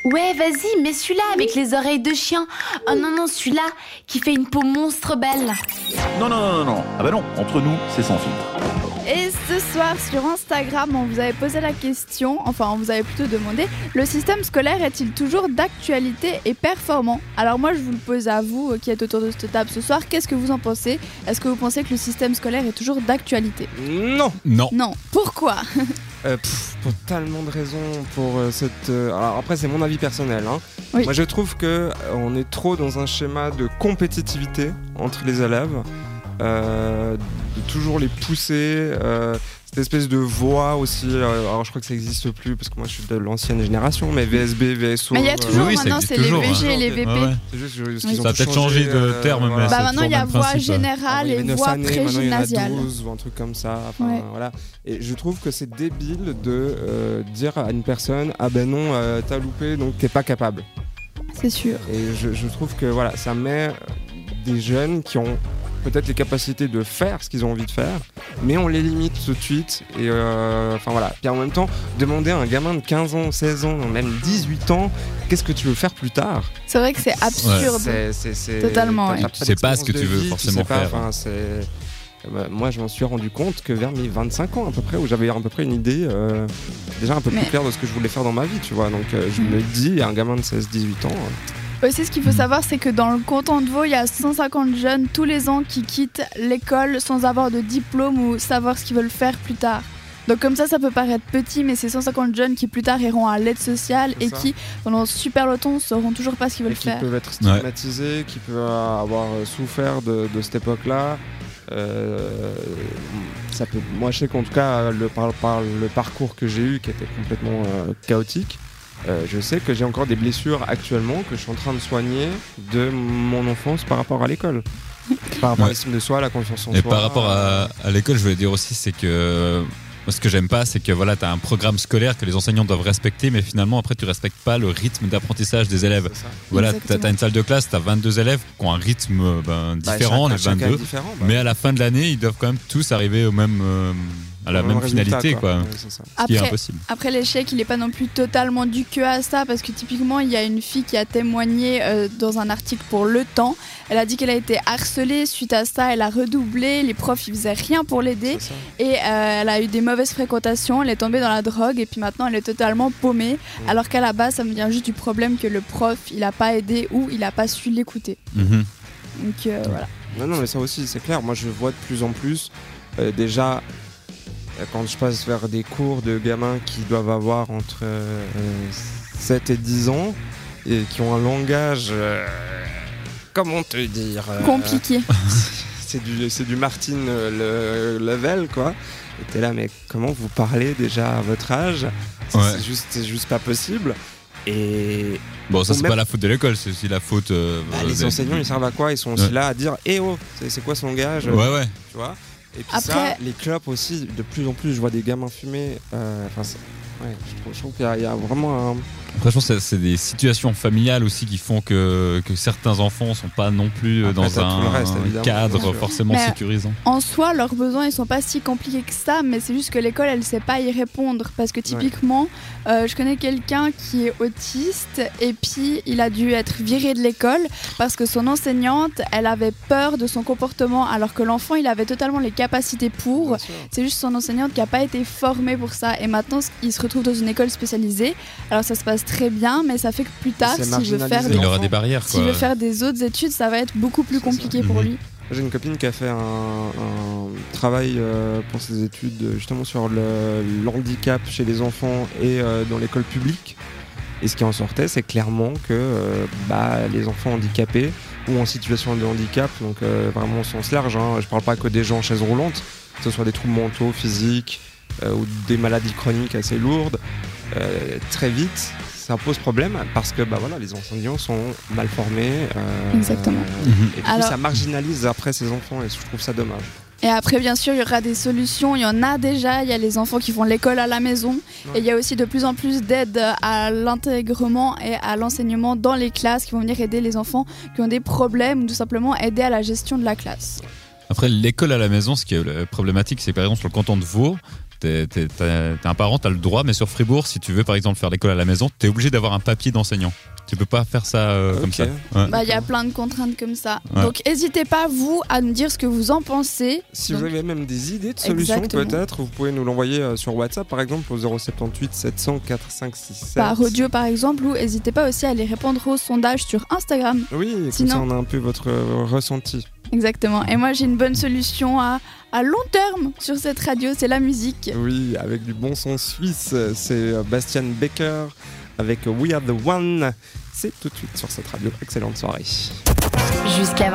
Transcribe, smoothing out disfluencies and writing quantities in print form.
Ouais, vas-y, mets celui-là avec les oreilles de chien. Oh non, celui-là qui fait une peau monstre belle. Non. Ah bah non, entre nous, c'est sans filtre. Et ce soir sur Instagram, on vous avait posé la question, enfin on vous avait plutôt demandé, le système scolaire est-il toujours d'actualité et performant ? Alors moi je vous le pose à vous qui êtes autour de cette table ce soir, qu'est-ce que vous en pensez ? Est-ce que vous pensez que le système scolaire est toujours d'actualité ? Non. Non. Pourquoi ? Pour tellement de raisons, alors après c'est mon avis personnel, hein. Oui. Moi je trouve que on est trop dans un schéma de compétitivité entre les élèves, de toujours les pousser, cette espèce de voix aussi, alors je crois que ça n'existe plus parce que moi je suis de l'ancienne génération, mais VSB, VSO... Mais il y a toujours oui, ça maintenant, existe c'est toujours, les VG hein. et les VP. Ouais. C'est juste qu'ils Oui. ont Ça a tout peut-être changé de terme, mais voilà. c'est Maintenant il y a toujours le même voix principe. générale Il y et avait 9 voix années, maintenant il y en a pré-gymnasiale. 12 ou un truc comme ça. Enfin, Ouais. voilà. Et je trouve que c'est débile de dire à une personne ah ben non, t'as loupé donc t'es pas capable. C'est sûr. Et je trouve que voilà, ça met des jeunes qui ont peut-être les capacités de faire ce qu'ils ont envie de faire, mais on les limite tout de suite. Et enfin voilà. Puis en même temps, demander à un gamin de 15 ans, 16 ans, même 18 ans, qu'est-ce que tu veux faire plus tard ? C'est vrai que c'est absurde. C'est Totalement, ouais. t'as Tu sais pas ce que tu veux d'expérience de vie, forcément tu sais pas, faire. enfin, moi je m'en suis rendu compte que vers mes 25 ans à peu près, où j'avais à peu près une idée déjà un peu plus Mais- claire de ce que je voulais faire dans ma vie, tu vois. Donc je me dis, à un gamin de 16-18 ans, Aussi, ce qu'il faut savoir, c'est que dans le canton de Vaud, il y a 150 jeunes tous les ans qui quittent l'école sans avoir de diplôme ou savoir ce qu'ils veulent faire plus tard. Donc comme ça peut paraître petit, mais c'est 150 jeunes qui plus tard iront à l'aide sociale C'est et ça. qui, pendant super longtemps, sauront toujours pas ce qu'ils et veulent qui faire. peuvent être stigmatisés, qui peuvent avoir souffert de cette époque-là. Ça peut, moi je sais qu'en tout cas, par le parcours que j'ai eu, qui était complètement chaotique, je sais que j'ai encore des blessures actuellement que je suis en train de soigner de mon enfance par rapport à l'école. Par rapport à l'estime de soi, la confiance en Et soi. par rapport à l'école, je voulais dire aussi, c'est que moi, ce que j'aime pas, c'est que voilà, tu as un programme scolaire que les enseignants doivent respecter, mais finalement, après, tu respectes pas le rythme d'apprentissage des élèves. C'est ça. Voilà, tu Exactement. as une salle de classe, tu as 22 élèves qui ont un rythme différent, les chacun 22. est différent, bah. Mais à la fin de l'année, ils doivent quand même tous arriver au même, à la Au même résultat, finalité, quoi. Ouais, c'est ça. Ce qui est Après, impossible. Après l'échec, il n'est pas non plus totalement dû que à ça, parce que typiquement, il y a une fille qui a témoigné dans un article pour Le Temps. Elle a dit qu'elle a été harcelée suite à ça, elle a redoublé, les profs ils faisaient rien pour l'aider C'est ça. et elle a eu des mauvaises fréquentations, elle est tombée dans la drogue et puis maintenant elle est totalement paumée, alors qu'à la base ça me vient juste du problème que le prof il a pas aidé ou il a pas su l'écouter. Mhm. Donc voilà. Non, mais ça aussi, c'est clair. Moi, je vois de plus en plus, déjà, quand je passe vers des cours de gamins qui doivent avoir entre 7 et 10 ans et qui ont un langage, comment te dire Compliqué. c'est du Martine level, quoi. Et t'es là, mais comment vous parlez déjà à votre âge ? Ouais. C'est juste pas possible. Et Bon, ça, Ou c'est même- pas la faute de l'école, c'est aussi la faute. les des- enseignants, ils servent à quoi ? Ils sont aussi Ouais. là à dire « Eh oh, c'est quoi ce langage ?» Ouais. Tu vois. Et puis Après- ça, les clopes aussi, de plus en plus, je vois des gamins fumer. Je trouve qu'il y a vraiment un... Après, je pense que c'est des situations familiales aussi qui font que certains enfants sont pas non plus Après, dans t'as tout le reste, un évidemment, bien cadre sûr. forcément Mais- sécurisant. En soi, leurs besoins ils sont pas si compliqués que ça, mais c'est juste que l'école elle sait pas y répondre parce que typiquement, je connais quelqu'un qui est autiste et puis il a dû être viré de l'école parce que son enseignante elle avait peur de son comportement alors que l'enfant il avait totalement les capacités pour. Bien sûr. C'est juste son enseignante qui a pas été formée pour ça et maintenant il se retrouve dans une école spécialisée. Alors ça se passe très bien, mais ça fait que plus tard, c'est s'il veut faire marginalisé. des, Il aura des barrières, quoi. s'il veut faire des autres études, ça va être beaucoup plus C'est ça. compliqué pour Mhm. lui. J'ai une copine qui a fait un travail pour ses études justement sur le handicap chez les enfants et dans l'école publique. Et ce qui en sortait, c'est clairement que les enfants handicapés ou en situation de handicap, donc vraiment au sens large, hein, je parle pas que des gens en chaise roulante, que ce soit des troubles mentaux, physiques ou des maladies chroniques assez lourdes, très vite, ça pose problème parce que les enseignants sont mal formés. Exactement. Et puis Alors- ça marginalise après ces enfants et je trouve ça dommage. Et après, bien sûr, il y aura des solutions. Il y en a déjà. Il y a les enfants qui font l'école à la maison. Ouais. Et il y a aussi de plus en plus d'aide à l'intégrement et à l'enseignement dans les classes qui vont venir aider les enfants qui ont des problèmes ou tout simplement aider à la gestion de la classe. Après, l'école à la maison, ce qui est problématique, c'est que par exemple sur le canton de Vaud, t'es un parent, t'as le droit, mais sur Fribourg, si tu veux par exemple faire l'école à la maison, t'es obligé d'avoir un papier d'enseignant. Tu peux pas faire ça comme ça. Ouais. Il y a plein de contraintes comme ça. Ouais. Donc n'hésitez pas, vous, à nous dire ce que vous en pensez. Si Donc, vous avez même des idées de solutions, Exactement. peut-être, vous pouvez nous l'envoyer sur WhatsApp, par exemple, au 078 700 4567. par audio par exemple, ou n'hésitez pas aussi à aller répondre au sondage sur Instagram. Oui, comme Sinon- ça on a un peu votre ressenti. Exactement. Et moi j'ai une bonne solution à long terme sur cette radio, c'est la musique. Oui, avec du bon son suisse, c'est Bastian Becker avec We Are The One. C'est tout de suite sur cette radio. Excellente soirée. Jusqu'à